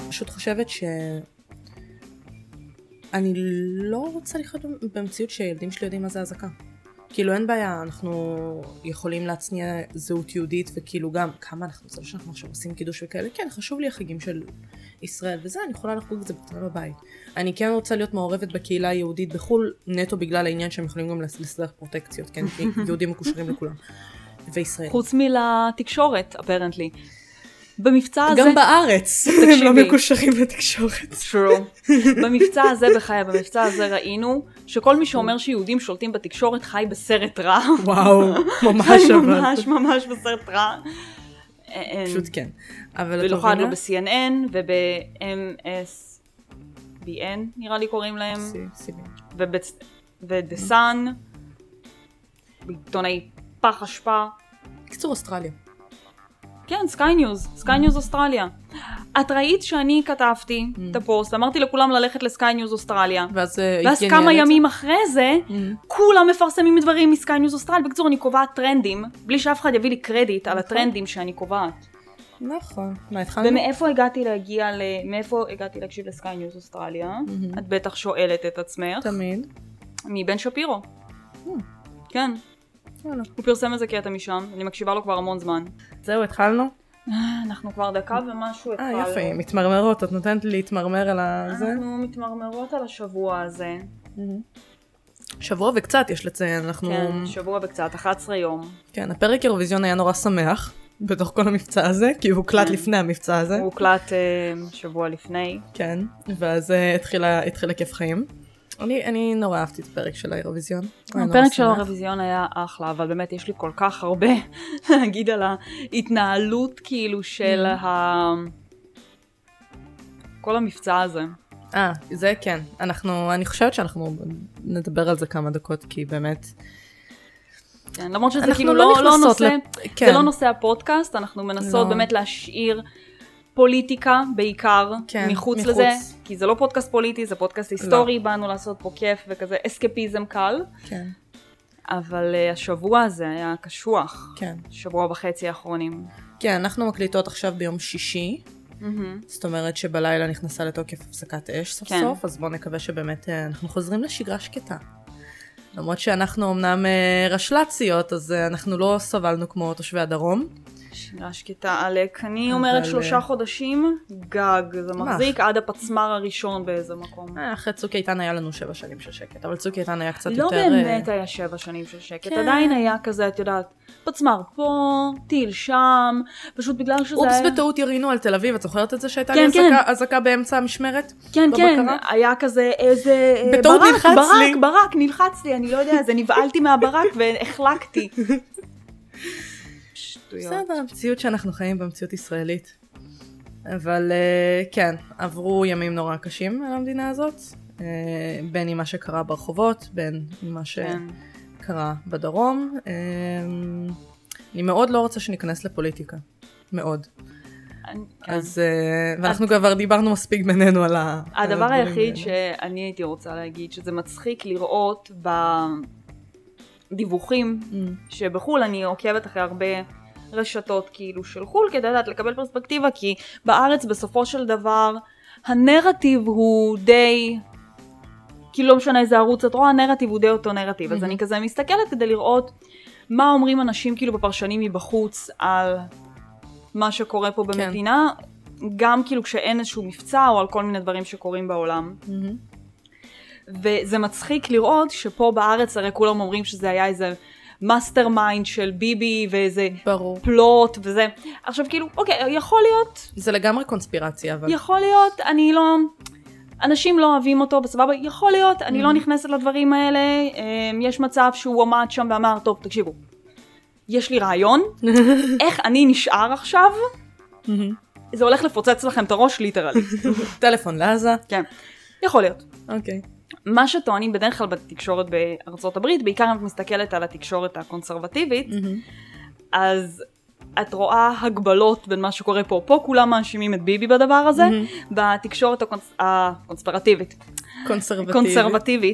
פשוט חושבת אני לא רוצה לחיות במציאות שילדים שלי יודעים מה זה הזקה. כאילו אין בעיה, אנחנו יכולים להצניע זהות יהודית, וכאילו גם כמה אנחנו, זה לא שאנחנו עכשיו עושים קידוש וכאלה, כן, חשוב לי החגים של ישראל, וזה, אני יכולה לחגוג את זה בקטנה בבית. אני כן רוצה להיות מעורבת בקהילה היהודית בחול, נטו בגלל העניין שהם יכולים גם לסדר פרוטקציות, כן, כי יהודים מקושרים לכולם. וישראל. חוץ מלתקשורת, apparently. במבצע הזה... גם בארץ, הם לא מקושרים לתקשורת. True. במבצע הזה בחיי, במבצע הזה ראינו שכל מי שאומר שיהודים שולטים בתקשורת חי בסרט רע. וואו, ממש אבל. ממש בסרט רע. פשוט כן. במיוחד לא ב-CNN וב-MSBN, נראה לי קוראים להם. ו-The Sun, בעיתוני פח אשפה. בקיצור אוסטרליה. כן, סקיי ניוז אוסטרליה. את ראית שאני כתבתי את הפוסט, אמרתי לכולם ללכת לסקיי ניוז אוסטרליה. ואז כמה ימים אחרי זה, כולם מפרסמים דברים מסקיי ניוז אוסטרליה. בקיצור, אני קובעת טרנדים, בלי שאף אחד יביא לי קרדיט על הטרנדים שאני קובעת. נכון. מה התחלנו? ומאיפה הגעתי להקשיב לסקיי ניוז אוסטרליה? את בטח שואלת את עצמך. תמיד. מבן שפירו. כן. הוא פרסם איזה קטע משם, אני מקשיבה לו כבר המון זמן. זהו, התחלנו? אנחנו כבר דקה ומשהו התחלנו. יפה, מתמרמרות, את נותנת לי להתמרמר על זה? אנחנו מתמרמרות על השבוע הזה. שבוע וקצת יש לציין, אנחנו... כן, שבוע וקצת, 11 יום. כן, הפרק אירוויזיון היה נורא שמח, בתוך כל המבצע הזה, כי הוא הוקלט לפני המבצע הזה. הוא הוקלט שבוע לפני. כן, ואז התחילה כיף חיים. אני נורא אהבתי את הפרק של האירוויזיון. הפרק של האירוויזיון היה אחלה, אבל באמת יש לי כל כך הרבה להגיד על ההתנהלות כאילו של כל המבצע הזה. זה כן. אני חושבת שאנחנו נדבר על זה כמה דקות, כי באמת... כן, למרות שזה כאילו לא נושא, זה לא נושא הפודקאסט, אנחנו מנסות באמת להשאיר פוליטיקה בעיקר, מחוץ לזה, כי זה לא פודקאסט פוליטי, זה פודקאסט היסטורי, באנו לעשות פה כיף וכזה אסקפיזם קל. כן. אבל השבוע הזה היה קשוח. כן. שבוע וחצי האחרונים. כן, אנחנו מקליטות עכשיו ביום שישי. זאת אומרת שבלילה נכנסה לתוקף הפסקת אש סוף סוף, אז בואו נקווה שבאמת אנחנו חוזרים לשגרה שקטה. למרות שאנחנו אמנם רשלציות, אז אנחנו לא סבלנו כמו תושבי הדרום. שגרה שקטה, אלק. אני אומרת 3 חודשים גג. זה מחזיק עד הפצמר הראשון באיזה מקום. אחרי צוק איתן היה לנו 7 שנים של שקט, אבל צוק איתן היה קצת לא יותר... לא באמת היה 7 שנים של שקט. עדיין היה כזה, את יודעת, פצמר פה, טיל שם, פשוט בגלל שזה... אופס בטעות ירינו על תל אביב, את זוכרת את זה שהייתה לי הזקה באמצע המשמרת? כן, כן, היה כזה איזה... בטעות נלחץ לי. ברק, נלחץ לי, אני לא יודע, זה נבעלתי מהברק והחלקתי. בסדר, המציאות שאנחנו חיים במציאות ישראלית. אבל כן, עברו ימים נורא קשים על המדינה הזאת, בין עם מה שקרה ברחובות, בין עם מה שקרה בדרום. אני מאוד לא רוצה שניכנס לפוליטיקה. מאוד. אז ואנחנו כבר דיברנו מספיק בינינו על הדבר היחיד שאני הייתי רוצה להגיד, שזה מצחיק לראות בדיווחים שבחול אני עוקבת אחרי הרבה רשתות כאילו של חול כדי לדעת לקבל פרספקטיבה, כי בארץ בסופו של דבר הנרטיב הוא די, כאילו לא משנה איזה ערוץ את רואה, הנרטיב הוא די אותו נרטיב, אז אני כזה מסתכלת כדי לראות מה אומרים אנשים כאילו בפרשנים מבחוץ על מה שקורה פה במדינה, גם כאילו כשאין איזשהו מבצע או על כל מיני דברים שקורים בעולם. וזה מצחיק לראות שפה בארץ הרי כולם אומרים שזה היה איזה מאסטר מיינד של ביבי ואיזה פלוט וזה. עכשיו כאילו, אוקיי, יכול להיות. זה לגמרי קונספירציה, אבל... יכול להיות, אני לא... אנשים לא אוהבים אותו, בסבבה, יכול להיות, אני לא נכנסת לדברים האלה. יש מצב שהוא עמד שם ואמר, טוב, תקשיבו, יש לי רעיון, איך אני נשאר עכשיו? זה הולך לפוצץ לכם את הראש ליטרלי. טלפון לעזה. כן, יכול להיות. אוקיי. מה שטוענים בדרך כלל בתקשורת בארצות הברית, בעיקר אם את מסתכלת על התקשורת הקונסרבטיבית, אז את רואה הגבלות בין מה שקורה פה. פה כולם מאשימים את ביבי בדבר הזה, בתקשורת הקונספירטיבית. קונסרבטיבית.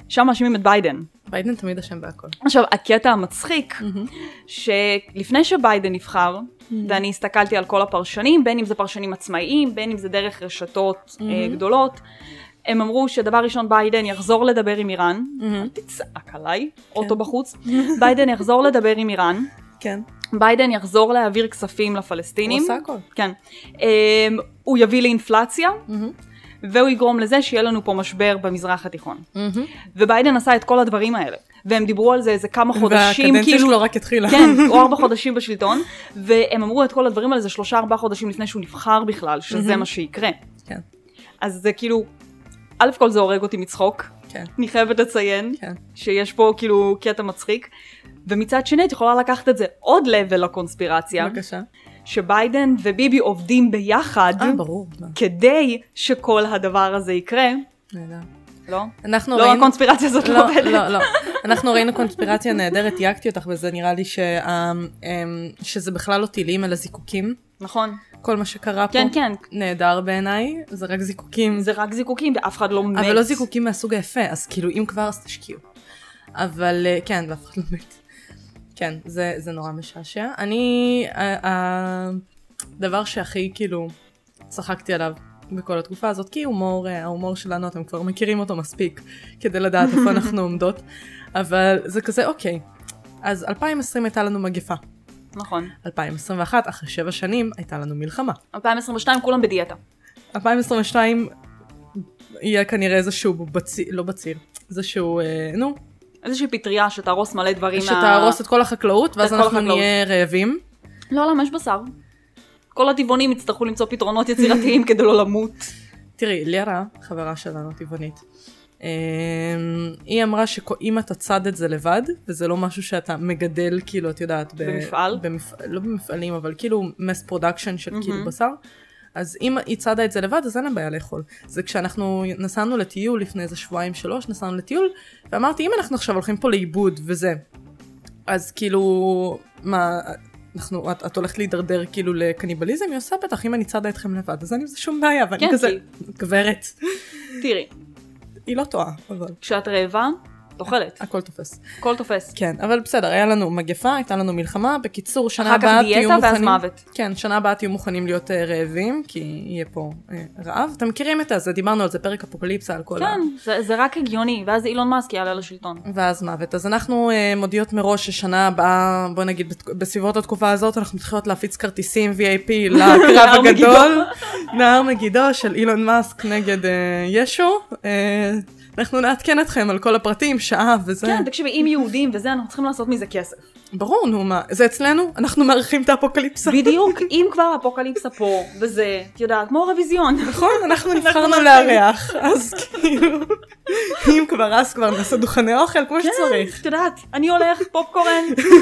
שם מאשימים את ביידן. ביידן תמיד אשם בהכל. עכשיו, הקטע המצחיק, שלפני שביידן נבחר, ואני הסתכלתי על כל הפרשנים, בין אם זה פרשנים עצמאיים, בין אם זה דרך רשתות גדולות, הם אמרו שדבר ראשון ביידן יחזור לדבר עם איראן, אל תצעק עליי, אוטו בחוץ, ביידן יחזור לדבר עם איראן, כן. ביידן יחזור להעביר כספים לפלסטינים, הוא עושה הכל. כן. הוא יביא לאינפלציה, והוא יגרום לזה שיהיה לנו פה משבר במזרח התיכון. וביידן עשה את כל הדברים האלה. והם דיברו על זה איזה כמה חודשים, והקדנציה שלו רק התחילה. כן, או 4 חודשים בשלטון, והם אמרו את כל הדברים על זה 3-4 חודשים לפני שהוא נבחר בכלל, שזה מה שיקרה. כן. אז זה כאילו, א' כל זה הורג אותי מצחוק. כן. אני חייבת לציין, כן. שיש פה כאילו קטע מצחיק. ומצד שני, את יכולה לקחת את זה עוד לבל לקונספירציה. בבקשה. שביידן וביבי עובדים ביחד, ברור. כדי שכל הדבר הזה יקרה. נהדר. לא? אנחנו לא, ראינו... הקונספירציה הזאת לא עובדת. לא. אנחנו ראינו קונספירציה נהדרת, תייגתי אותך, וזה נראה לי שזה בכלל לא טילים, אלא זיקוקים. נכון. כל מה שקרה פה. כן, כן. נהדר בעיניי, זה רק זיקוקים. זה רק זיקוקים, ואף אחד לא מת. אבל לא זיקוקים מהסוג היפה, אז כאילו אם כבר אז תשקיעו. אבל כן, ואף אחד לא מת. כן, זה נורא משעשע. הדבר שהכי כאילו צחקתי עליו בכל התקופה הזאת, כי ההומור שלנו, אתם כבר מכירים אותו מספיק, כדי לדעת איפה אנחנו עומדות, אבל זה כזה, אוקיי. אז 2020 הייתה לנו מגפה. נכון. 2021, אחרי 7 שנים, הייתה לנו מלחמה. 2022 כולם בדיאטה. 2022 יהיה כנראה איזשהו לא בציר, איזשהו, איזושהי פטריה שתהרוס מלא דברים. שתהרוס את כל החקלאות, ואז אנחנו נהיה רעבים. לא, יש בשר. כל הטבעונים יצטרכו למצוא פתרונות יצירתיים כדי לא למות. תראי, לירה, חברה שלנו, טבעונית, היא אמרה שאם אתה צד את זה לבד, וזה לא משהו שאתה מגדל, כאילו, את יודעת, במפעל? לא במפעלים, אבל כאילו מס פרודקשן של כאילו בשר, אז אם היא צדה את זה לבד, אז אין לה בעיה לאכול. זה כשאנחנו נסענו לטיול לפני איזה 2-3 נסענו לטיול, ואמרתי, אם אנחנו עכשיו הולכים פה לאיבוד וזה, אז כאילו, מה, את הולכת להידרדר כאילו לקניבליזם, היא עושה בטח, אם אני צדה אתכם לבד, אז אין עם זה שום בעיה, ואני כזה, גברת. תראי. היא לא טועה, אבל... כשאת רעבה, תאכלת. הכל תופס. הכל תופס. כן, אבל בסדר, היה לנו מגפה, הייתה לנו מלחמה, בקיצור, שנה הבאה תהיו מוכנים... אחר כך דיאטה ואז מוות. כן, שנה הבאה תהיו מוכנים להיות רעבים, כי יהיה פה רעב. אתם מכירים את זה, דיברנו על זה, פרק אפוקליפסה, על כל כן, זה רק הגיוני, ואז אילון מאסק יעלה לשלטון. ואז מוות. אז אנחנו מודיעות מראש ששנה הבאה, בוא נגיד, בסביבות התקופה הזאת, אנחנו מתחילות להפיץ כרטיסים VIP לקרב הגדול, נהר מגידו של אילון מאסק נגד ישו. אנחנו נעדכן אתכם על כל הפרטים, שעה וזה. כן, תקשיבי, אם יהודים וזה, אנחנו צריכים לעשות מזה כסף. ברור, נו, מה, זה אצלנו? אנחנו מארחים את האפוקליפסה. בדיוק, אם כבר האפוקליפסה פה, וזה, את יודעת, כמו רוויזיון. נכון, אנחנו נבחרנו לארח, אז כאילו, אם כבר אז כבר נעשה דוכני אוכל כמו שצריך. את יודעת, אני הולך, פופקורן.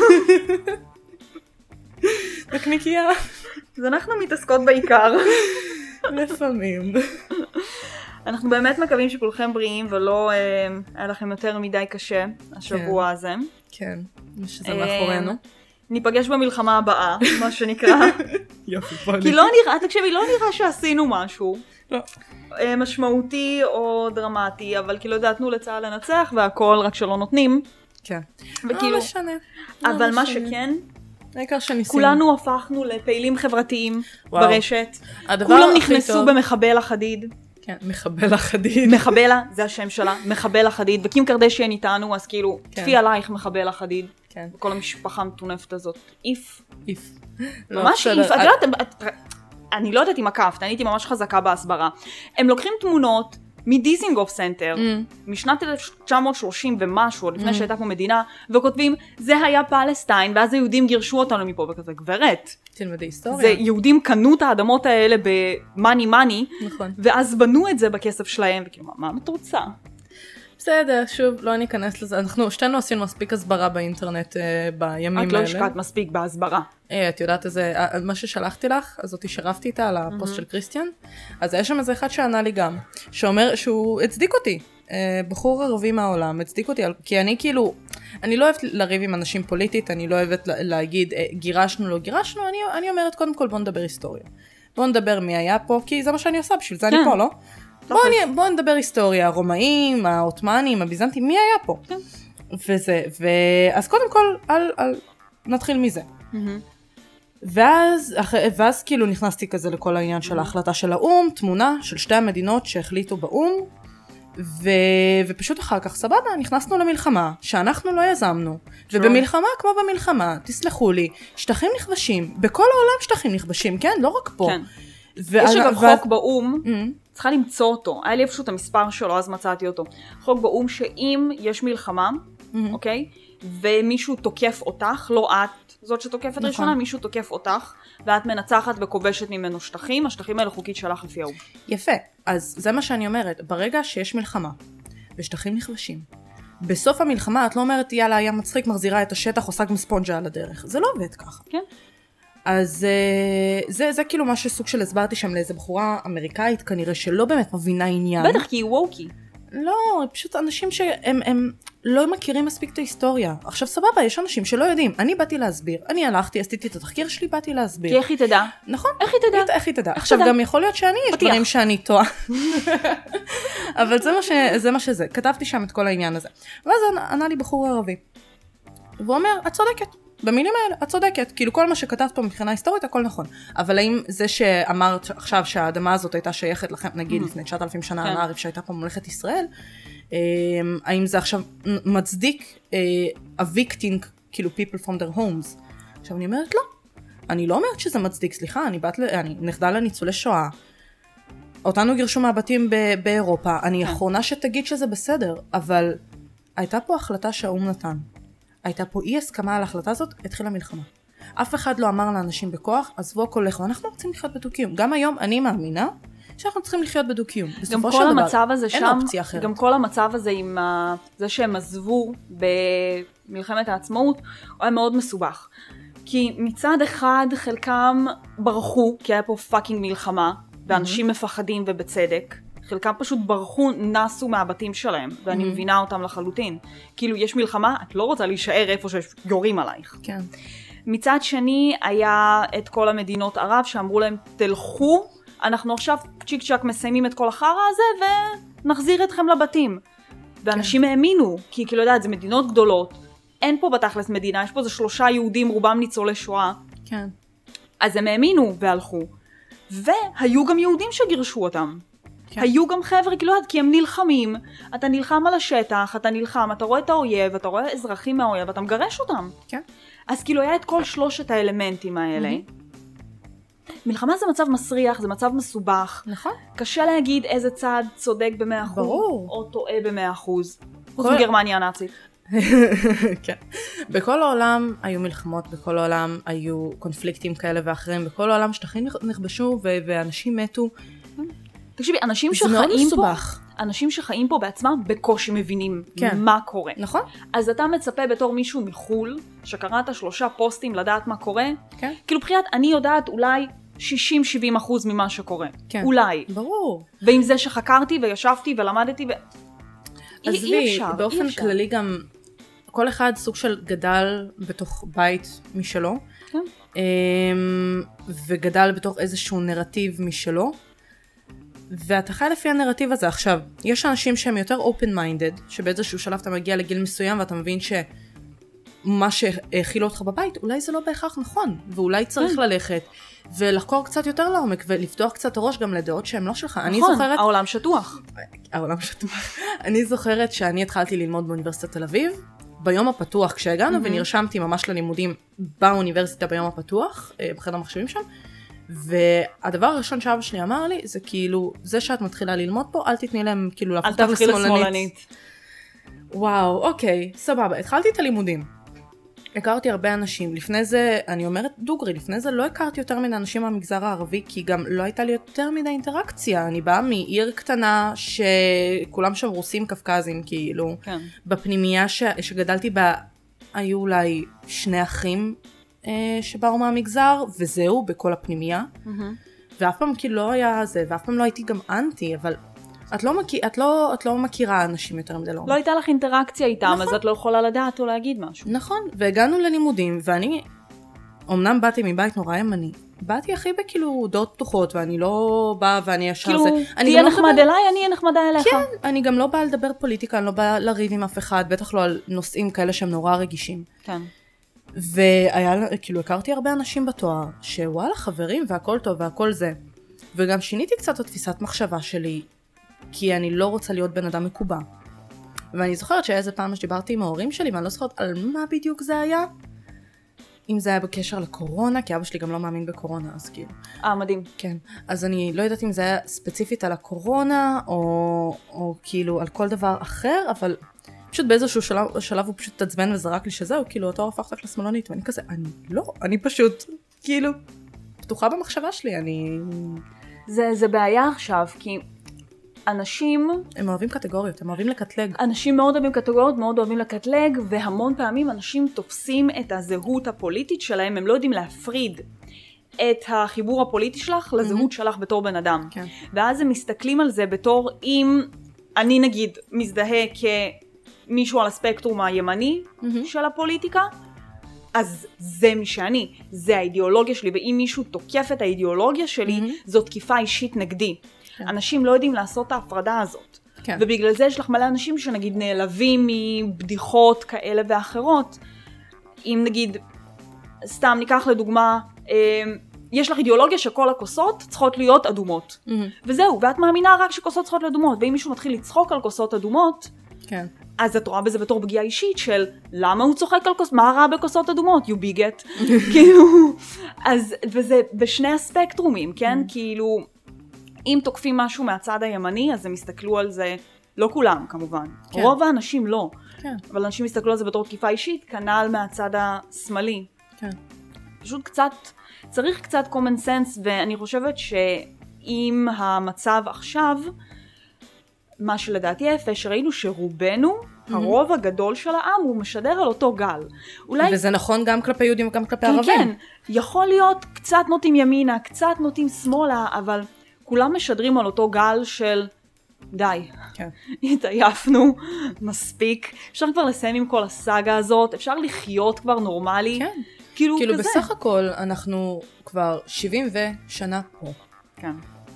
נקניקיה. אז אנחנו מתעסקות בעיקר. לפעמים. אנחנו באמת מקווים שכולכם בריאים ולא היה לכם יותר מדי קשה השבוע הזה. כן, שזה מאחורינו. ניפגש במלחמה הבאה, מה שנקרא. יופי, בוא כי לא נראה, תקשיבי, לא נראה שעשינו משהו. לא. משמעותי או דרמטי, אבל כאילו דעתנו לצהל לנצח והכל, רק שלא נותנים. כן. וכאילו, לא משנה. אבל מה שכן, העיקר שניסינו. כולנו הפכנו לפעילים חברתיים ברשת. הדבר כולם הכי נכנסו טוב. במחבל החדיד. כן, מחבל החדיד. מחבלה, זה השם שלה, מחבל החדיד, וקים קרדשיין איתנו, אז כאילו, תפי עלייך מחבל החדיד. כן. וכל המשפחה המטונפת הזאת. איף. ממש איף. את יודעת, אני לא יודעת אם עקבת, אני הייתי ממש חזקה בהסברה. הם לוקחים תמונות מדיזינגוף סנטר, משנת 1930 ומשהו, לפני שהייתה פה מדינה, וכותבים, זה היה פלסטיין, ואז היהודים גירשו אותנו מפה, וכזה, גברת. תלמדי היסטוריה. זה יהודים קנו את האדמות האלה במאני, נכון. ואז בנו את זה בכסף שלהם, וכאילו, מה את רוצה? בסדר, שוב, לא ניכנס לזה. אנחנו שתינו עשינו מספיק הסברה באינטרנט בימים האלה. את לא השקעת מספיק בהסברה. את יודעת איזה, מה ששלחתי לך, אז אותי שרפתי איתה על הפוסט של קריסטיאן, אז היה שם איזה אחד שענה לי גם, שאומר שהוא הצדיק אותי, בחור ערבי מהעולם, הצדיק אותי, כי אני כאילו, אני לא אוהבת לריב עם אנשים פוליטית, אני לא אוהבת להגיד גירשנו, לא גירשנו, אני אומרת קודם כל בוא נדבר היסטוריה. בוא נדבר מי היה פה, כי זה מה שאני עושה, בשביל זה אני פה, לא? בואו נדבר היסטוריה, הרומאים, העות'מאנים, הביזנטים, מי היה פה? כן. אז קודם כל, נתחיל מזה. ואז כאילו נכנסתי כזה לכל העניין של ההחלטה של האום, תמונה של שתי המדינות שהחליטו באום, ופשוט אחר כך סבבה, נכנסנו למלחמה שאנחנו לא יזמנו, ובמלחמה כמו במלחמה, תסלחו לי, שטחים נכבשים, בכל העולם שטחים נכבשים, כן? לא רק פה. כן. יש אגב חוק באום, צריכה למצוא אותו, היה לי איפשהו את המספר שלו, אז מצאתי אותו. חוק באום שאם יש מלחמה, אוקיי? ומישהו תוקף אותך, לא את זאת שתוקפת ראשונה, מישהו תוקף אותך, ואת מנצחת וכובשת ממנו שטחים, השטחים האלה חוקית שלך לפי האום. יפה, אז זה מה שאני אומרת, ברגע שיש מלחמה, ושטחים נכבשים, בסוף המלחמה את לא אומרת, יאללה, היה מצחיק, מחזירה את השטח, עושה גם ספונג'ה על הדרך. זה לא עובד ככה. כן. אז זה כאילו מה שסוג של הסברתי שם לאיזה בחורה אמריקאית, כנראה שלא באמת מבינה עניין. בטח, כי היא ווקי. לא, פשוט אנשים שהם לא מכירים מספיק את ההיסטוריה. עכשיו סבבה, יש אנשים שלא יודעים. אני באתי להסביר. אני הלכתי, עשיתי את התחקיר שלי, באתי להסביר. כי איך היא תדע? נכון. איך היא תדע? איך היא תדע? עכשיו גם יכול להיות שאני, יש דברים שאני טועה. אבל זה מה שזה. כתבתי שם את כל העניין הזה. ואז ענה לי בחור ערבי. והוא אומר, את צודקת. במילים האלה, את צודקת. כאילו כל מה שכתבת פה מבחינה היסטורית, הכל נכון. אבל האם זה שאמרת עכשיו שהאדמה הזאת הייתה שייכת לכם, נגיד לפני 9,000 שנה, הנעריף שהייתה פה ממלכת ישראל, האם זה עכשיו מצדיק evicting, כאילו people from their homes? עכשיו אני אומרת לא. אני לא אומרת שזה מצדיק, סליחה, אני נכדה לניצולי שואה. אותנו גירשו מהבתים באירופה. אני האחרונה שתגיד שזה בסדר, אבל הייתה פה החלטה שהאום נתן. הייתה פה אי הסכמה על ההחלטה הזאת, התחילה מלחמה. אף אחד לא אמר לאנשים בכוח, עזבו הכל לכו, אנחנו רוצים לחיות בדו-קיום. גם היום אני מאמינה שאנחנו צריכים לחיות בדו-קיום. גם כל המצב הזה אין שם, אופציה אחרת. גם כל המצב הזה עם זה שהם עזבו במלחמת העצמאות, הוא היה מאוד מסובך. כי מצד אחד חלקם ברחו, כי היה פה פאקינג מלחמה, ואנשים מפחדים ובצדק. חלקם פשוט ברחו, נסו מהבתים שלהם, ואני מבינה אותם לחלוטין. כאילו, יש מלחמה, את לא רוצה להישאר איפה שיורים עלייך. כן. מצד שני, היה את כל המדינות ערב שאמרו להם, תלכו, אנחנו עכשיו צ'יק צ'ק מסיימים את כל החרא הזה, ונחזיר אתכם לבתים. ואנשים האמינו, כי כאילו יודעת, זה מדינות גדולות, אין פה בתכלס מדינה, יש פה זה 3 יהודים, רובם ניצולי שואה. כן. אז הם האמינו והלכו. והיו גם יהודים שגירשו אותם. כן. היו גם חבר'ה, כאילו, כי הם נלחמים, אתה נלחם על השטח, אתה נלחם, אתה רואה את האויב, אתה רואה אזרחים מהאויב, אתה מגרש אותם. כן. אז כאילו היה את כל 3 האלמנטים האלה. מלחמה זה מצב מסריח, זה מצב מסובך. נכון. קשה להגיד איזה צעד צודק ב100%, ברור. או טועה ב100%. חוץ מגרמניה הנאצית. כן. בכל העולם היו מלחמות, בכל העולם היו קונפליקטים כאלה ואחרים, בכל העולם שטחים נכבשו ואנשים מתו. תקשיבי, אנשים שחיים פה בעצמם בקושי מבינים מה קורה. נכון. אז אתה מצפה בתור מישהו מחול, שקראת 3 פוסטים לדעת מה קורה, כאילו בחיית, אני יודעת אולי 60-70% ממה שקורה. אולי. ברור. ועם זה שחקרתי וישבתי ולמדתי אי אפשר. באופן כללי גם, כל אחד סוג של גדל בתוך בית משלו, וגדל בתוך איזשהו נרטיב משלו, ואתה חי לפי הנרטיב הזה. עכשיו, יש אנשים שהם יותר open-minded, שבאיזשהו שלב אתה מגיע לגיל מסוים, ואתה מבין שמה שהכילו אותך בבית, אולי זה לא בהכרח נכון, ואולי צריך ללכת, ולחקור קצת יותר לעומק, ולפתוח קצת הראש גם לדעות שהן לא שלך. נכון, העולם שטוח. העולם שטוח. אני זוכרת שאני התחלתי ללמוד באוניברסיטת תל אביב, ביום הפתוח, כשהגענו ונרשמתי ממש ללימודים באוניברסיטה ביום הפתוח, בחדר המחשבים שם, והדבר הראשון שאבא שלי אמר לי, זה כאילו, זה שאת מתחילה ללמוד פה, אל תתני להם כאילו להפוך אותך לשמאלנית. וואו, אוקיי, סבבה, התחלתי את הלימודים. הכרתי הרבה אנשים, לפני זה, אני אומרת דוגרי, לפני זה לא הכרתי יותר מן אנשים מהמגזר הערבי, כי גם לא הייתה לי יותר מדי אינטראקציה. אני באה מעיר קטנה שכולם שם רוסים קפקזים, כאילו, בפנימייה שגדלתי בה, היו אולי 2 אחים, שבאו מהמגזר, וזהו, בכל הפנימייה. ואף פעם כאילו לא היה זה, ואף פעם לא הייתי גם אנטי, אבל את לא מכירה אנשים יותר מדי. לא הייתה לך אינטראקציה איתם, אז את לא יכולה לדעת או להגיד משהו. נכון, והגענו ללימודים, ואני, אמנם באתי מבית נורא ימני, באתי הכי בכאילו דעות פתוחות, ואני לא באה ואני ישר כאילו, זה. תהיה נחמד אליי, אני אהיה נחמדה אליך. כן, אני גם לא באה לדבר פוליטיקה, אני לא באה לריב עם אף אחד, בטח לא על נושאים כאלה שהם נורא רגישים. כן. והיה, כאילו, הכרתי הרבה אנשים בתואר, שוואלה, חברים, והכל טוב, והכל זה. וגם שיניתי קצת את תפיסת מחשבה שלי, כי אני לא רוצה להיות בן אדם מקובע. ואני זוכרת שהיה איזה פעם שדיברתי עם ההורים שלי, ואני לא זוכרת על מה בדיוק זה היה. אם זה היה בקשר לקורונה, כי אבא שלי גם לא מאמין בקורונה, אז כאילו. מדהים. כן. אז אני לא יודעת אם זה היה ספציפית על הקורונה, או כאילו על כל דבר אחר, אבל פשוט באיזשהו שלב הוא פשוט תעצבן וזרק לי שזהו, כאילו, אתה הפך אותך לשמאלנית, ואני כזה, אני פשוט, כאילו, פתוחה במחשבה שלי, זה בעיה עכשיו, כי אנשים... הם אוהבים קטגוריות, הם אוהבים לקטלג. אנשים מאוד אוהבים קטגוריות, מאוד אוהבים לקטלג, והמון פעמים אנשים תופסים את הזהות הפוליטית שלהם, הם לא יודעים להפריד את החיבור הפוליטי שלך לזהות שלך בתור בן אדם. כן. ואז הם מסתכלים על זה בתור, אם אני נגיד מזדהה כמישהו על הספקטרום הימני של הפוליטיקה, אז זה מי שאני, זה האידיאולוגיה שלי, ואם מישהו תוקף את האידיאולוגיה שלי, זו תקיפה אישית נגדי. כן. אנשים לא יודעים לעשות את ההפרדה הזאת. כן. ובגלל זה יש לך מלא אנשים שנגיד נעלבים מבדיחות כאלה ואחרות. אם נגיד, סתם ניקח לדוגמה, יש לך אידיאולוגיה שכל הכוסות צריכות להיות אדומות. וזהו, ואת מאמינה רק שכוסות צריכות להיות אדומות, ואם מישהו מתחיל לצחוק על כוסות אדומות, כן. אז את רואה בזה בתור פגיעה אישית של למה הוא צוחק על כוסות, מה רע בכוסות אדומות, you bigot. כאילו, אז, וזה בשני הספקטרומים, כן? כאילו, אם תוקפים משהו מהצד הימני, אז הם יסתכלו על זה, לא כולם כמובן, כן. רוב האנשים לא, כן. אבל אנשים יסתכלו על זה בתור תקיפה אישית, כנ"ל מהצד השמאלי. כן. פשוט קצת, צריך קצת common sense, ואני חושבת שאם המצב עכשיו, מה שלדעתי יפה, שראינו שרובנו, הרוב הגדול של העם, הוא משדר על אותו גל. אולי... וזה נכון גם כלפי יהודים וגם כלפי ערבים. כן, יכול להיות קצת נוטים ימינה, קצת נוטים שמאלה, אבל כולם משדרים על אותו גל של די, כן. התעייפנו, מספיק, אפשר כבר לסיים עם כל הסאגה הזאת, אפשר לחיות כבר נורמלי, כן. כאילו כזה. בסך הכל אנחנו כבר 70 שנה פה. כן.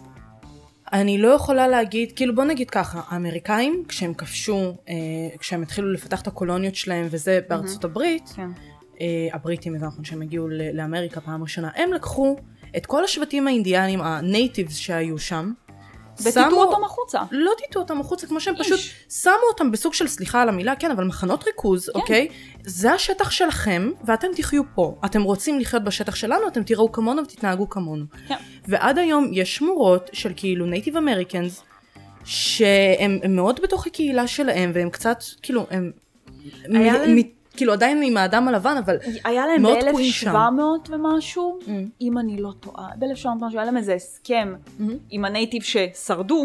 אני לא יכולה להגיד, כאילו בוא נגיד ככה, האמריקאים כשהם כבשו, כשהם התחילו לפתח את הקולוניות שלהם וזה בארצות הברית, כן. הבריטים הבנכון שהם הגיעו לאמריקה פעם ראשונה, הם לקחו את כל השבטים האינדיאנים, הנייטיבס שהיו שם, וטיטו אותם החוצה. לא טיטו אותם החוצה, כמו שהם פשוט שמו אותם בסוג של, סליחה על המילה, כן, אבל מחנות ריכוז, כן. אוקיי? זה השטח שלכם, ואתם תחיו פה. אתם רוצים לחיות בשטח שלנו, אתם תראו כמונו ותתנהגו כמונו. כן. ועד היום יש שמורות של כאילו נייטיב אמריקנס, שהם מאוד בתוך הקהילה שלהם, והם קצת, כאילו, הם... כאילו עדיין עם האדם הלבן, אבל היה להם ב-1700 ומשהו, אם אני לא טועה, ב-1700 משהו, היה להם איזה הסכם עם הנייטיב ששרדו,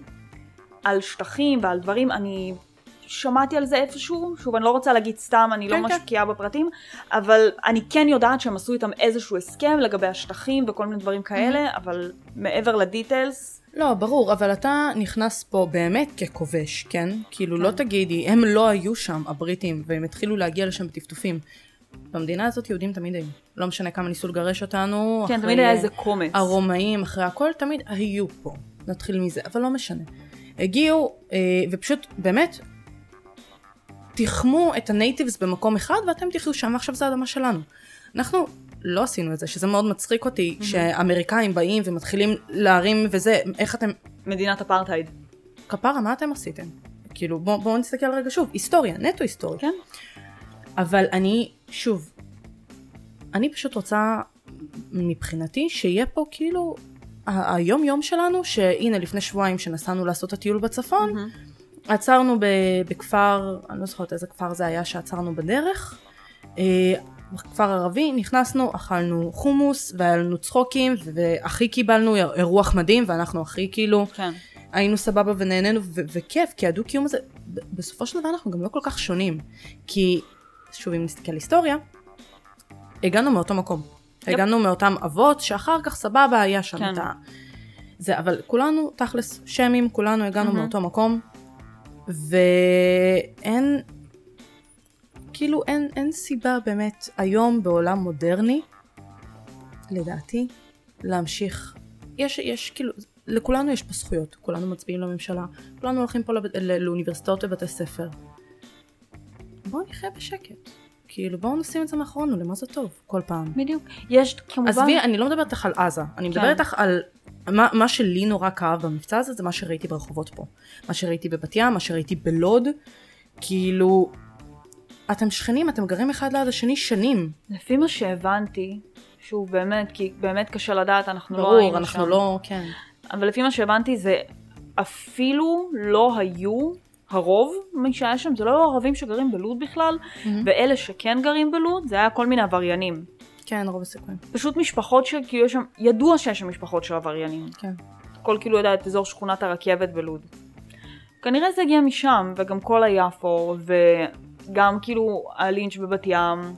על שטחים ועל דברים, אני שמעתי על זה איפשהו, שוב, אני לא רוצה להגיד סתם, אני לא משקיעה בפרטים, אבל אני כן יודעת שהם עשו איתם איזשהו הסכם לגבי השטחים וכל מיני דברים כאלה, אבל מעבר לדיטלס, לא, ברור, אבל אתה נכנס פה באמת ככובש, כן? כאילו לא תגידי, הם לא היו שם, הבריטים, והם התחילו להגיע לשם בטפטופים. במדינה הזאת יהודים תמיד היו. לא משנה כמה ניסו לגרש אותנו. כן, תמיד היה איזה קומץ. הרומאים, אחרי הכל, תמיד היו פה. נתחיל מזה, אבל לא משנה. הגיעו, ופשוט באמת, תחמו את הנייטיבס במקום אחד, ואתם תחיו שם, ועכשיו זה האדמה שלנו. אנחנו לא עשינו את זה, שזה מאוד מצחיק אותי, שאמריקאים באים ומתחילים להרים וזה, איך אתם... מדינת אפרטהייד. כפרה, מה אתם עשיתם? כאילו, בואו נסתכל רגע שוב, היסטוריה, נטו היסטוריה. כן. אבל אני פשוט רוצה, מבחינתי, שיהיה פה כאילו, היום יום שלנו, שהנה לפני שבועיים שנסענו לעשות את הטיול בצפון, עצרנו בכפר, אני לא זוכרת איזה כפר זה היה שעצרנו בדרך, בכפר ערבי, נכנסנו, אכלנו חומוס, והיה לנו צחוקים, והכי קיבלנו אירוח מדהים, ואנחנו הכי כאילו, כן. היינו סבבה ונהנינו, וכיף, כי הדו-קיום הזה, בסופו של דבר אנחנו גם לא כל כך שונים, כי, שוב, אם נסתכל היסטוריה, הגענו מאותו מקום, הגענו מאותם אבות, שאחר כך סבבה היה שם את ה... זה, אבל כולנו, תכלס, שמים, כולנו הגענו מאותו מקום, ואין... כאילו אין סיבה באמת היום בעולם מודרני לדעתי, להמשיך, יש כאילו, לכולנו יש פה זכויות, כולנו מצביעים לממשלה, כולנו הולכים פה לאוניברסיטאות ובתי ספר. בואו נחיה בשקט. כאילו, בואו נשים את זה מאחורינו, למה זה טוב, כל פעם. בדיוק. יש כמובן... עזבי, אני לא מדברת לך על עזה, אני מדברת לך על... מה שלי נורא כאב במבצע הזה, זה מה שראיתי ברחובות פה. מה שראיתי בבת ים, מה שראיתי בלוד, כאילו... אתם שכנים, אתם גרים אחד ליד השני שנים. לפי מה שהבנתי, שוב באמת, כי באמת קשה לדעת, אנחנו לא ברור, היינו אנחנו שם. לא, כן. אבל לפי מה שהבנתי זה אפילו לא היו הרוב מי שהיה שם, זה לא ערבים שגרים בלוד בכלל, ואלה שכן גרים בלוד, זה היה כל מיני עבריינים. כן, רוב הסיכויים. פשוט משפחות שכאילו יש שם, ידוע שיש שם משפחות של עבריינים. כן. כל כאילו יודע את אזור שכונת הרכבת בלוד. כנראה זה הגיע משם, וגם כל היפו, וגם כאילו הלינץ' בבת ים,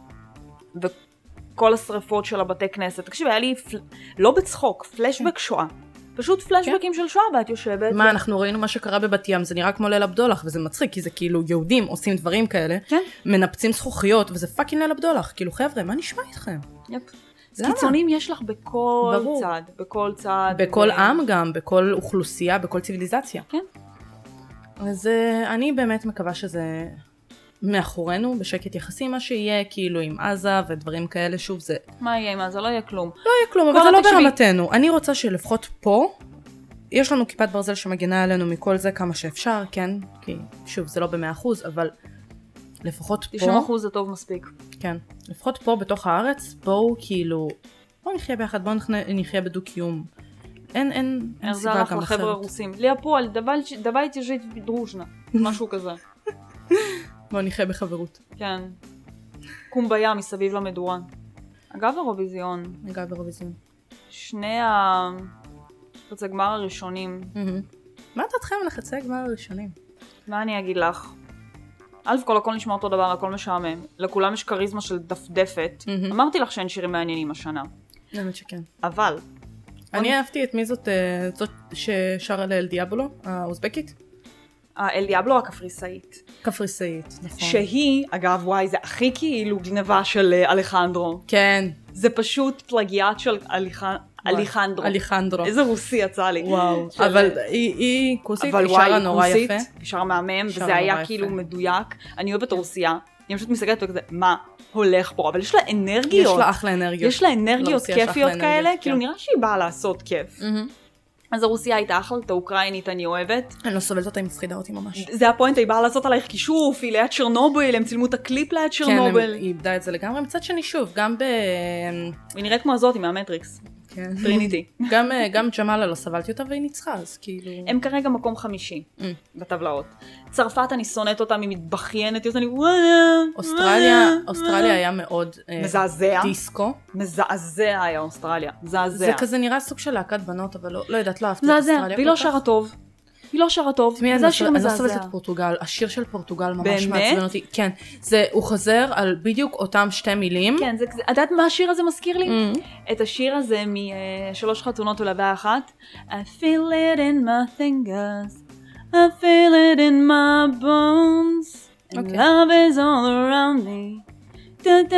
וכל השריפות של הבתי כנסת. תקשיב, היה לי, לא בצחוק, פלשבק שואה. פשוט פלשבקים של שואה, ואת יושבת. מה, אנחנו ראינו מה שקרה בבת ים, זה נראה כמו ליל הבדולח, וזה מצחיק, כי זה כאילו יהודים עושים דברים כאלה, מנפצים זכוכיות, וזה פאקינג ליל הבדולח. כאילו חבר'ה, מה נשמע איתכם? יפ. קיצונים יש לך בכל צד, בכל צד. בכל עם גם, בכל אוכלוסייה, בכל ציוויליזציה. כן. אז אני באמת מקווה שזה מאחורינו, בשקט יחסי, מה שיהיה כאילו עם עזה ודברים כאלה, שוב זה... מה יהיה עם עזה? לא יהיה כלום. לא יהיה כלום, אבל זה לא ברמתנו. אני רוצה שלפחות פה, יש לנו כיפת ברזל שמגינה עלינו מכל זה כמה שאפשר, כן? כי שוב, זה לא ב100%, אבל לפחות פה... 90% זה טוב מספיק. כן. לפחות פה בתוך הארץ, בואו כאילו... בואו נחיה ביחד, בואו נחיה בדו-קיום. אין סיבה גם אחרת. לחבר'ה הרוסים. ליאפול, давайте жить дружно. משהו כזה. בואו נחיה בחברות. כן. קומביה מסביב למדורה. אגב אירוויזיון. שני חצי גמר הראשונים. מה דעתכם על החצי גמר הראשונים? מה אני אגיד לך? א' כל הכל נשמע אותו דבר, הכל משעמם. לכולם יש קריזמה של דפדפת. אמרתי לך שאין שירים מעניינים השנה. באמת שכן. אבל... אני אהבתי את מי זאת ששרה לאל דיאבולו, האוזבקית? אל דיאבלו הקפריסאית. קפריסאית, נכון. שהיא, אגב, וואי, זה הכי כאילו גניבה של אלחנדרו. כן. זה פשוט פלגיאט של אלחנדרו. אלחנדרו. איזה רוסי יצא לי. וואו. אבל היא כוסית, היא שרה נורא יפה. היא שרה מהמם, וזה היה כאילו מדויק. אני אוהבת רוסיה. אני פשוט מסתכלת וכזה, מה הולך פה? אבל יש לה אנרגיות. יש לה אחלה אנרגיות. יש לה אנרגיות כיפיות כאלה, כאילו נראה שהיא באה לעשות כיף. אז הרוסיה הייתה אחלה, את האוקראינית אני אוהבת. אני לא סובלת אותה, היא מפחידה אותי ממש. זה הפוינט, היא באה לעשות עלייך כישוף, היא ליד צ'רנוביל, הם צילמו את הקליפ ליד צ'רנוביל. כן, היא איבדה את זה לגמרי. מצד שני שוב, גם היא נראית כמו הזאת, היא מהמטריקס. כן. טריניטי. גם ג'מאלה לא סבלתי אותה והיא ניצחה, אז כאילו... הם כרגע מקום 5 בטבלאות. צרפת אני שונאת אותם, היא מתבחיינת, אני אוסטרליה היה מאוד דיסקו. מזעזע היה אוסטרליה, מזעזע. זה כזה נראה סוג של להקת בנות, אבל לא יודעת, לא אהבתי את אוסטרליה. והיא לא שרה טוב. היא לא שרה טוב, זה השיר מזעזע. אני לא סובלת את פורטוגל, השיר של פורטוגל ממש מעצבן אותי. כן, הוא חוזר על בדיוק אותם 2 מילים. כן, את יודעת מה השיר הזה מזכיר לי? את השיר הזה מ3 חתונות ולהבה אחת. I feel it in my fingers, I feel it in my bones, and love is all around me. את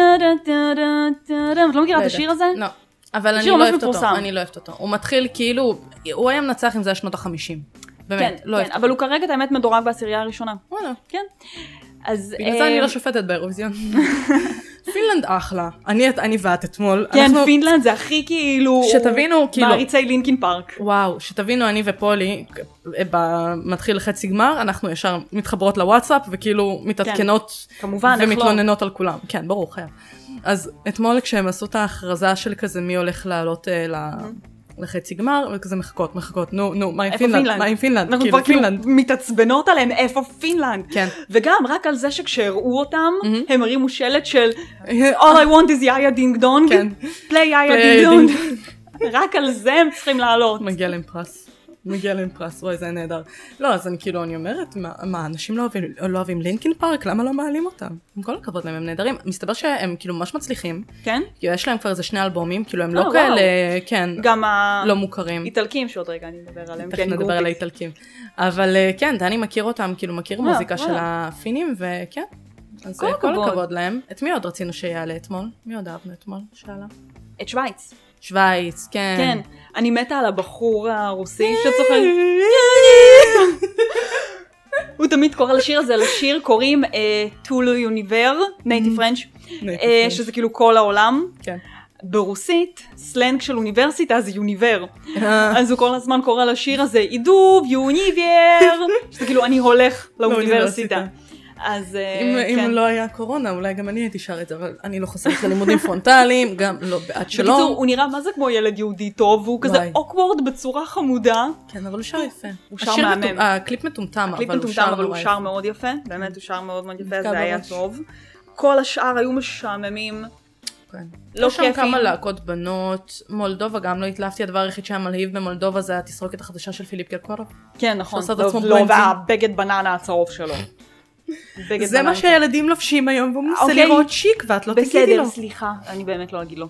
לא מכירה את השיר הזה? לא, אבל אני לא אוהבת אותו. הוא מתחיל כאילו, הוא היה מנצח אם זה היה שנות ה-50. באמת, לא אוהבת. אבל הוא כרגע האמת מדורג בעשירייה הראשונה. וואלה. כן. בגלל זה אני לא שופטת באירוויזיון. פינלנד אחלה. אני ואת אתמול. כן, פינלנד זה הכי כאילו... שתבינו, כאילו... מעריצי לינקין פארק. וואו, שתבינו, אני ופולי, מתחיל חצי גמר, אנחנו ישר מתחברות לוואטסאפ, וכאילו מתעדכנות ומתלוננות על כולם. כן, ברור, חייב. אז אתמול כשהם עשו את ההכרזה של כזה מי הולך לעלות לחצי גמר, וכזה מחכות, נו, מה עם פינלנד? מה עם פינלנד? אנחנו כבר כאילו מתעצבנות עליהם, איפה פינלנד? כן. וגם רק על זה שכשהראו אותם, הם הרימו שלט של All I want is יאיה דינג דונג, play יאיה דינג דונג. רק על זה הם צריכים לעלות. מגיע להם פרס, וואי, זה נהדר. לא, אז אני אומרת, מה, אנשים לא אוהבים לינקין פארק? למה לא מעלים אותם? עם כל הכבוד להם, הם נהדרים. מסתבר שהם כאילו ממש מצליחים. כן? כי יש להם כבר איזה 2 אלבומים, כאילו הם לא כאלה, כן, לא מוכרים. איטלקים שעוד רגע אני מדבר עליהם, כן, נדבר על האיטלקים. אבל כן, דני מכיר אותם, כאילו מכיר מוזיקה של הפינים, וכן. אז כל הכבוד להם. את מי עוד רצינו שיעלה אתמול? מי עוד אהבנו אתמול? שאלה. את שוויץ. שוויץ, כן. כן, אני מתה על הבחור הרוסי שצוחק. הוא תמיד קורא לשיר הזה, לשיר קוראים טולו יוניבר, נייטיב פרנץ', שזה כאילו כל העולם. כן. ברוסית, סלנג של אוניברסיטה זה יוניבר. אז הוא כל הזמן קורא לשיר הזה, עידוב, יוניבר, שזה כאילו אני הולך לאוניברסיטה. אז אם לא היה קורונה, אולי גם אני הייתי שר את זה, אבל אני לא חוסרת ללימודים פרונטליים, גם לא בעד שלום. בקיצור, הוא נראה מה זה כמו ילד יהודי טוב, והוא כזה אוקוורד בצורה חמודה. כן, אבל הוא שר יפה. הוא שר מהמם. הקליפ מטומטם, אבל הוא שר מאוד יפה. באמת הוא שר מאוד מאוד יפה, זה היה טוב. כל השאר היו משעממים. לא שם כמה להקות בנות, מולדובה גם לא התלהבתי, הדבר היחיד שהיה מלהיב במולדובה זה התסרוקת החדשה של פיליפ קירקורוב. כן, נכון. והבגד בננה הצהוב שלו. זה מה שהילדים לובשים היום, והוא מנסה לראות שיק, ואת לא תגידי לו. בסדר, סליחה, אני באמת לא אגיד לו.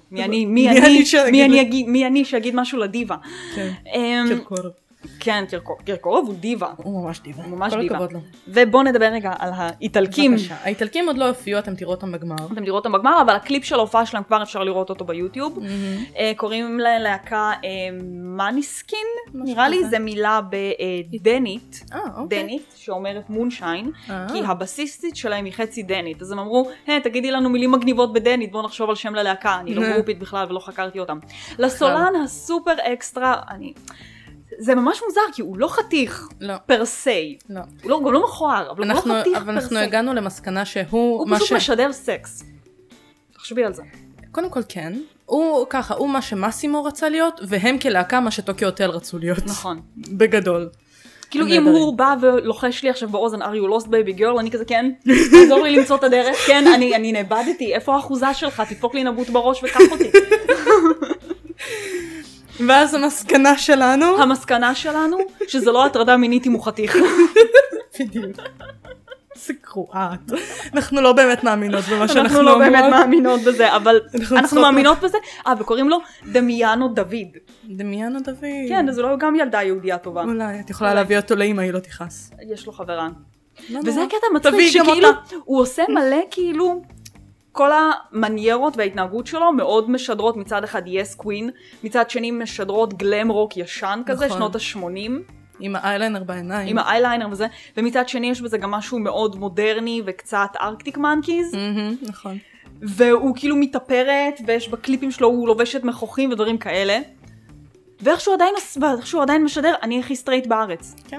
מי אני שאגיד משהו לדיבה. כן, קירקורוב. כן, קירקורוב הוא דיבה. הוא ממש דיבה. כל הכבוד לו. ובוא נדבר רגע על האיטלקים. בבקשה. האיטלקים עוד לא הופיעו, אתם תראו אותם בגמר. אתם תראו אותם בגמר, אבל הקליפ של ההופעה שלהם כבר אפשר לראות אותו ביוטיוב. קוראים ללהקה מניסקין, נראה לי זה מילה בדנית. דנית, שאומרת מונשיין, כי הבסיסטית שלהם היא חצי דנית. אז הם אמרו, תגידי לנו מילים מגניבות בדנית, בואו נחשוב על שם ללהקה. אני לא גרופית בכלל ולא חקרתי אותם. לסולן הסופר אקסטרה, זה ממש מוזר, כי הוא לא חתיך פר סי. לא. הוא גם לא מכוער, אבל הוא לא חתיך פר סי. אבל אנחנו הגענו למסקנה שהוא... הוא פשוט משדר סקס. תחשבי על זה. קודם כל כן. הוא ככה, הוא מה שמאסימו רצה להיות, והם כלהקה מה שטוקיו הוטל רצו להיות. נכון. בגדול. כאילו אם הוא בא ולוחש לי עכשיו באוזן, are you lost baby girl? אני כזה, כן, תעזור לי למצוא את הדרך. כן, אני נאבדתי. איפה האחוזה שלך? תדפוק לי נבוט בראש וקח אותי. ואז המסקנה שלנו, שזה לא הטרדה מינית אם הוא חתיך. בדיוק. זה קרועט. אנחנו לא באמת מאמינות במה שאנחנו אומרות. אנחנו לא באמת מאמינות בזה, אבל אנחנו מאמינות בזה. וקוראים לו דמיאנו דוד. דמיאנו דוד. כן, אז אולי גם ילדה יהודיה טובה. אולי, את יכולה להביא אותו לאמא, היא לא תכעס. יש לו חברה. וזה הקטע מצחיק שכאילו, הוא עושה מלא כאילו... כל המניירות וההתנהגות שלו מאוד משדרות מצד אחד יס קווין, מצד שני משדרות גלם רוק ישן כזה, שנות ה-80. עם האייליינר בעיניים. עם האייליינר וזה, ומצד שני יש בזה גם משהו מאוד מודרני וקצת ארקטיק מנקיז. נכון. והוא כאילו מתאפרת, ויש בקליפים שלו, הוא לובש את מכוחים ודברים כאלה. ואיכשהו עדיין משדר, אני הכי סטרייט בארץ. כן.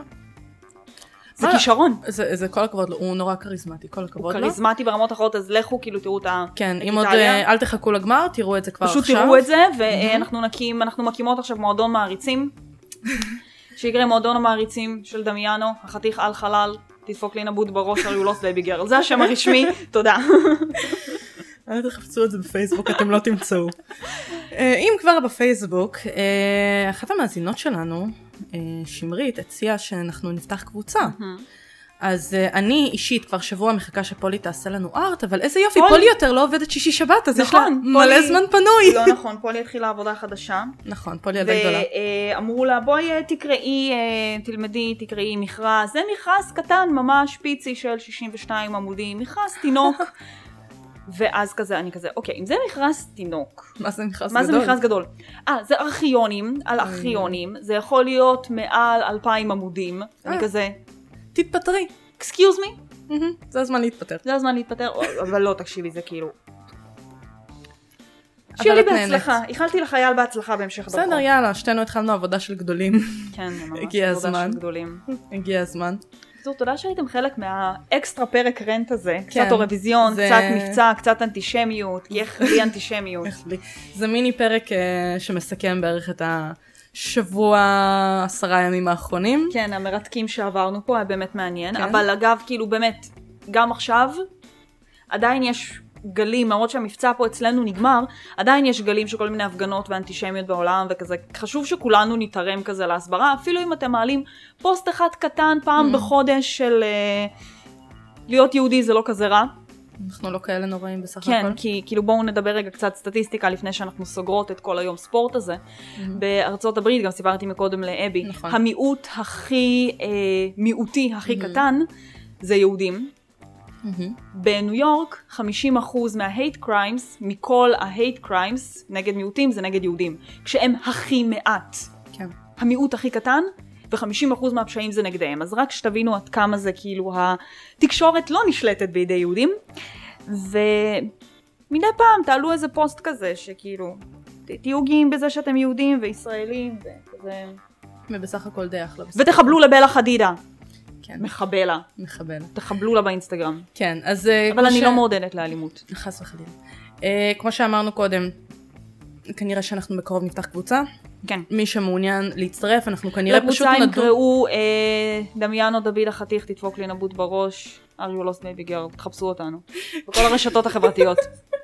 זה כישרון. זה כל הכבוד לו, הוא נורא כריזמטי, כל הכבוד לו. הוא כריזמטי ברמות אחרות, אז לכו כאילו תראו את איטליה. כן, אם עוד אל תחכו לגמר, תראו את זה כבר עכשיו. פשוט תראו את זה, ואנחנו מקימות עכשיו מועדון מעריצים, שיקרה מועדון המעריצים של דמיאנו, החתיך על חלל, תדפוק לי נבוט בראש, are you lost baby girl. זה השם הרשמי, תודה. אל תחפשו את זה בפייסבוק, אתם לא תמצאו. אם כבר בפייסבוק, אחת המאזינות שלנו, שמרית, הציעה שאנחנו נפתח קבוצה. אז אני אישית כבר שבוע מחכה שפולי תעשה לנו ארט, אבל איזה יופי, פולי יותר לא עובדת שישי שבת, אז יש לה מלא זמן פנוי. לא נכון, פולי התחילה עבודה חדשה. נכון, פולי ילדה גדולה. ואמרו לה, בואי תלמדי, תקראי מכרז. זה מכרז קטן, ממש פיצי של 62 עמודים, מכרז תינוק. ואז כזה, אני כזה, אוקיי, אם זה מכרז תינוק. מה זה מכרז גדול? מה זה מכרז גדול? זה ארכיונים, על ארכיונים, זה יכול להיות מעל 2,000 עמודים, אני כזה... תתפטרי. Excuse me? זה הזמן להתפטר. זה הזמן להתפטר, אבל לא, תקשיבי, זה כאילו... שיהיה לי בהצלחה, איחלתי לחייל בהצלחה בהמשך דרכו. בסדר, יאללה, שתינו התחלנו עבודה של גדולים. כן, ממש, הגיע הזמן. של גדולים. הגיע הזמן. תודה שהייתם חלק מהאקסטרה פרק רנט הזה, קצת אורוויזיון, קצת מבצע, קצת אנטישמיות, כי איך בלי אנטישמיות. זה מיני פרק שמסכם בערך את השבוע 10 ימים האחרונים. כן, המרתקים שעברנו פה היה באמת מעניין, אבל אגב, כאילו באמת, גם עכשיו, עדיין יש גלים, למרות שהמבצע פה אצלנו נגמר, עדיין יש גלים של כל מיני הפגנות ואנטישמיות בעולם וכזה, חשוב שכולנו נתרם כזה להסברה, אפילו אם אתם מעלים פוסט אחד קטן פעם בחודש של להיות יהודי זה לא כזה רע. אנחנו לא כאלה נוראים בסך הכל. כן, כי כאילו בואו נדבר רגע קצת סטטיסטיקה לפני שאנחנו סוגרות את כל היום ספורט הזה. בארצות הברית, גם סיפרתי מקודם לאבי, המיעוט הכי מיעוטי, הכי קטן, זה יהודים. בניו יורק 50% מה-hate crimes, מכל ה-hate crimes נגד מיעוטים זה נגד יהודים, כשהם הכי מעט. כן. המיעוט הכי קטן, ו50% מהפשעים זה נגדיהם. אז רק שתבינו עד כמה זה כאילו התקשורת לא נשלטת בידי יהודים. ומדי פעם תעלו איזה פוסט כזה שכאילו תהיו גאים בזה שאתם יהודים וישראלים וכזה. ובסך הכל די אחלה. ותחבלו לבלה חדידה. כן. מחבלה. מחבלה. תחבלו לה באינסטגרם. כן, אז... אבל אני לא מעודדת לאלימות. חס וחלילה. כמו שאמרנו קודם, כנראה שאנחנו בקרוב נפתח קבוצה. כן. מי שמעוניין להצטרף, אנחנו כנראה פשוט נדון. לקבוצה יקראו דמיאנו דוד החתיך, תדפוק לי נבוט בראש, are you lost baby girl, תחפשו אותנו. בכל הרשתות החברתיות.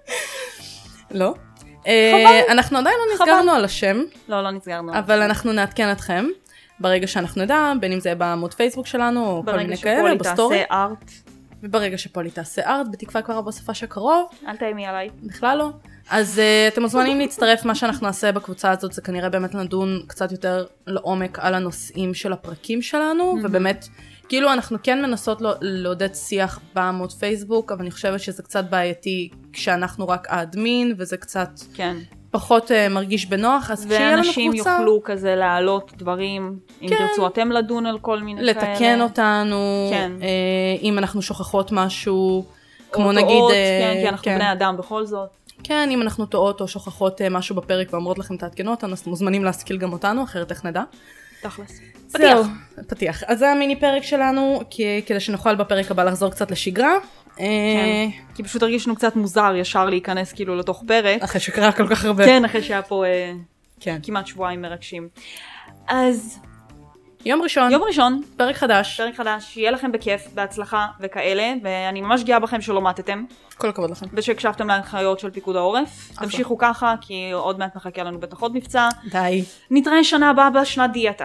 לא. אנחנו עדיין לא נסגרנו על השם. לא נסגרנו. אבל אנחנו נעדכן אתכם ברגע שאנחנו נדע, בין אם זה בעמוד פייסבוק שלנו, או כל מיני כאלה, בסטורי. ברגע שפולי תעשה ארט. וברגע שפולי תעשה ארט, בתקווה כבר בסופה שקרוב. אל תאיימי עליי. בכלל לא. אז אתם מוזמנים להצטרף, מה שאנחנו נעשה בקבוצה הזאת זה כנראה באמת לדון קצת יותר לעומק על הנושאים של הפרקים שלנו, ובאמת, כאילו אנחנו כן מנסות לעודד שיח בעמוד פייסבוק, אבל אני חושבת שזה קצת בעייתי כשאנחנו רק האדמין, וזה קצת פחות מרגיש בנוח, אז כשיהיה לנו קבוצה... ואנשים יוכלו כזה להעלות דברים, אם תרצו אתם לדון על כל מיני כאלה. לתקן אותנו, אם אנחנו שוכחות משהו, כמו נגיד... כן, כי אנחנו בני אדם בכל זאת. כן, אם אנחנו טועות או שוכחות משהו בפרק ואומרות לכם תעדכנו אותנו, אז אתם מוזמנים להשכיל גם אותנו, אחרת איך נדע. תכלס. זהו, פתיח. אז זה המיני פרק שלנו, כדי שנוכל בפרק הבא לחזור קצת לשגרה. כן, כי פשוט הרגישנו קצת מוזר ישר להיכנס כאילו לתוך פרק. אחרי שקרה כל כך הרבה. כן, אחרי שהיה פה כמעט שבועיים מרגשים. אז... יום ראשון. פרק חדש. שיהיה לכם בכיף, בהצלחה וכאלה, ואני ממש גאה בכם שלא מתתם. כל הכבוד לכם. ושהקשבתם להנחיות של פיקוד העורף. תמשיכו ככה, כי עוד מעט מחכה לנו בטח עוד מבצע. די. נתראה שנה הבאה בשנת דיאטה.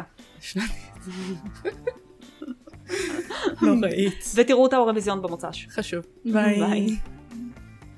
לא ראית. ותראו את האירוויזיון במוצ"ש. חשוב. ביי.